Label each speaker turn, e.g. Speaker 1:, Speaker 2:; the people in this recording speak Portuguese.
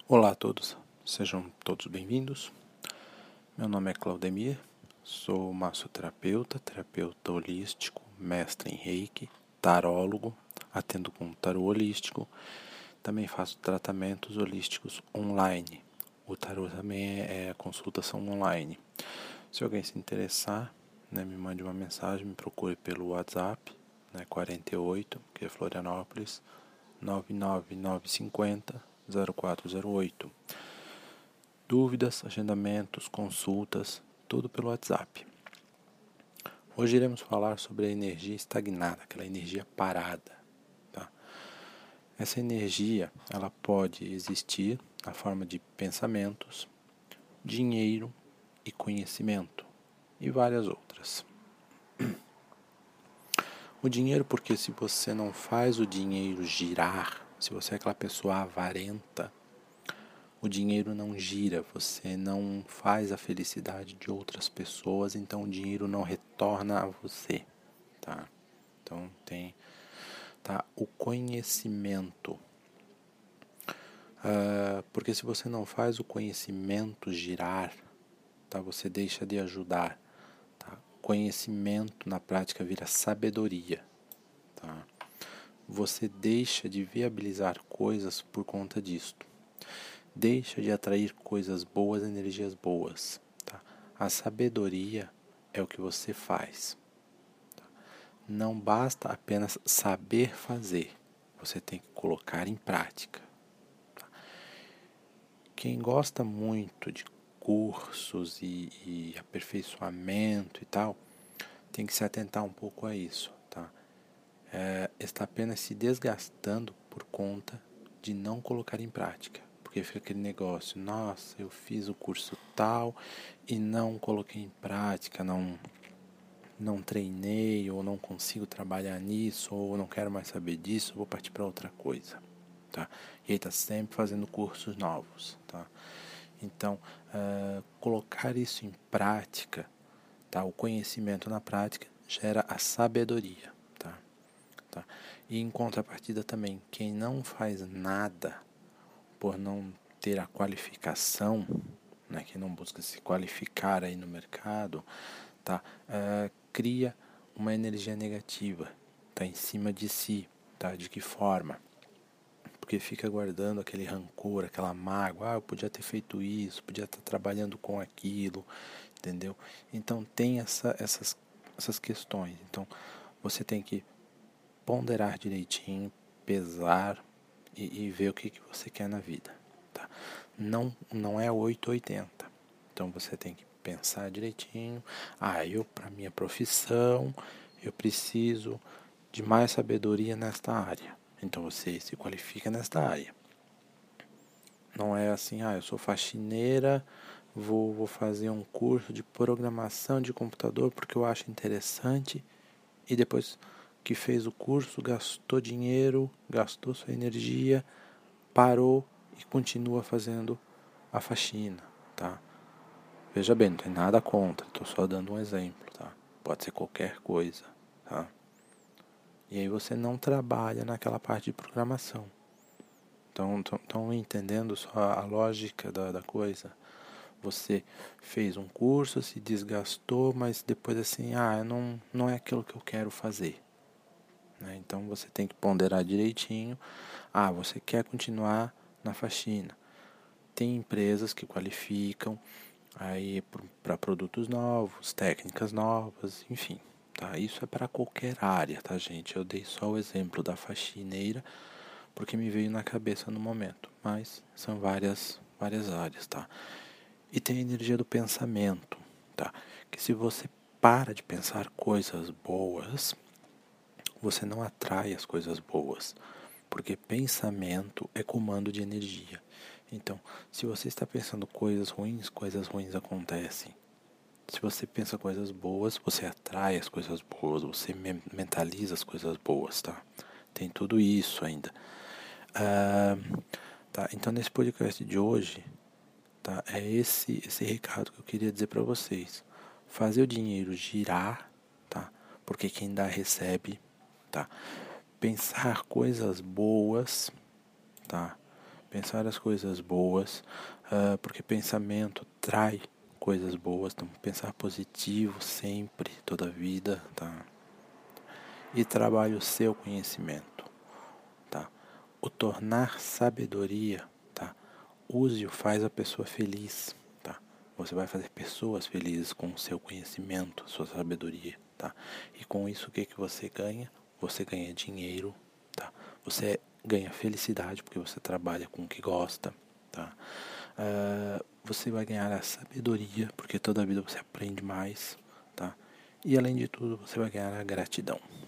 Speaker 1: Olá a todos, sejam todos bem-vindos. Meu nome é Claudemir, sou massoterapeuta, terapeuta holístico, mestre em Reiki, tarólogo, atendo com tarô holístico, também faço tratamentos holísticos online. O tarô também é consultação online. Se alguém se interessar, me mande uma mensagem, me procure pelo WhatsApp, 48, que é Florianópolis, 99950 0408. Dúvidas, agendamentos, consultas, tudo pelo WhatsApp. Hoje iremos falar sobre a energia estagnada, aquela energia parada. Tá? Essa energia, ela pode existir na forma de pensamentos, dinheiro e conhecimento, e várias outras. O dinheiro, porque se você não faz o dinheiro girar, se você é aquela pessoa avarenta, o dinheiro não gira, você não faz a felicidade de outras pessoas, então o dinheiro não retorna a você, tá? Então tem o conhecimento, porque se você não faz o conhecimento girar, tá? Você deixa de ajudar, tá? Conhecimento na prática vira sabedoria, tá? Você deixa de viabilizar coisas por conta disto. Deixa de atrair coisas boas, energias boas. Tá? A sabedoria é o que você faz. Tá? Não basta apenas saber fazer. Você tem que colocar em prática. Tá? Quem gosta muito de cursos e aperfeiçoamento e tal, tem que se atentar um pouco a isso. Tá? Está apenas se desgastando por conta de não colocar em prática. Porque fica aquele negócio, nossa, eu fiz o curso tal e não coloquei em prática, não treinei, ou não consigo trabalhar nisso, ou não quero mais saber disso, vou partir para outra coisa. Tá? E aí está sempre fazendo cursos novos. Tá? Então, colocar isso em prática, tá? O conhecimento na prática gera a sabedoria. Tá? E em contrapartida também, quem não faz nada por não ter a qualificação, que não busca se qualificar aí no mercado, tá? Cria uma energia negativa, tá? Em cima de si, tá? De que forma? Porque fica guardando aquele rancor, aquela mágoa, eu podia ter feito isso, podia estar trabalhando com aquilo, entendeu? Então tem essas questões. Então você tem que ponderar direitinho, pesar e ver o que você quer na vida. Tá? Não é 880. Então você tem que pensar direitinho. Eu para minha profissão, eu preciso de mais sabedoria nesta área. Então você se qualifica nesta área. Não é assim, eu sou faxineira, vou fazer um curso de programação de computador porque eu acho interessante, e depois que fez o curso, gastou dinheiro, gastou sua energia, parou e continua fazendo a faxina, tá? Veja bem, não tem nada contra, estou só dando um exemplo, tá? Pode ser qualquer coisa, tá? E aí você não trabalha naquela parte de programação. Então, estão entendendo só a lógica da coisa? Você fez um curso, se desgastou, mas depois assim, não é aquilo que eu quero fazer. Então você tem que ponderar direitinho. Você quer continuar na faxina. Tem empresas que qualificam aí para produtos novos, técnicas novas, enfim. Tá? Isso é para qualquer área, tá, gente? Eu dei só o exemplo da faxineira porque me veio na cabeça no momento, mas são várias áreas, tá? E tem a energia do pensamento, tá? Que se você para de pensar coisas boas, você não atrai as coisas boas, porque pensamento é comando de energia. Então, se você está pensando coisas ruins acontecem. Se você pensa coisas boas, você atrai as coisas boas, você mentaliza as coisas boas, tá? Tem tudo isso ainda. Tá? Então, nesse podcast de hoje, tá? É esse recado que eu queria dizer para vocês. Fazer o dinheiro girar, tá? Porque quem dá recebe, tá? Pensar coisas boas, tá? Pensar as coisas boas, porque pensamento trai coisas boas, então pensar positivo sempre, toda a vida, tá? E trabalhe o seu conhecimento, tá? O tornar sabedoria, tá? Use-o, faz a pessoa feliz, tá? Você vai fazer pessoas felizes com o seu conhecimento, sua sabedoria, tá? E com isso o que você ganha? Você ganha dinheiro, tá? Você ganha felicidade porque você trabalha com o que gosta, tá? Você vai ganhar a sabedoria porque toda vida você aprende mais, tá? E além de tudo você vai ganhar a gratidão.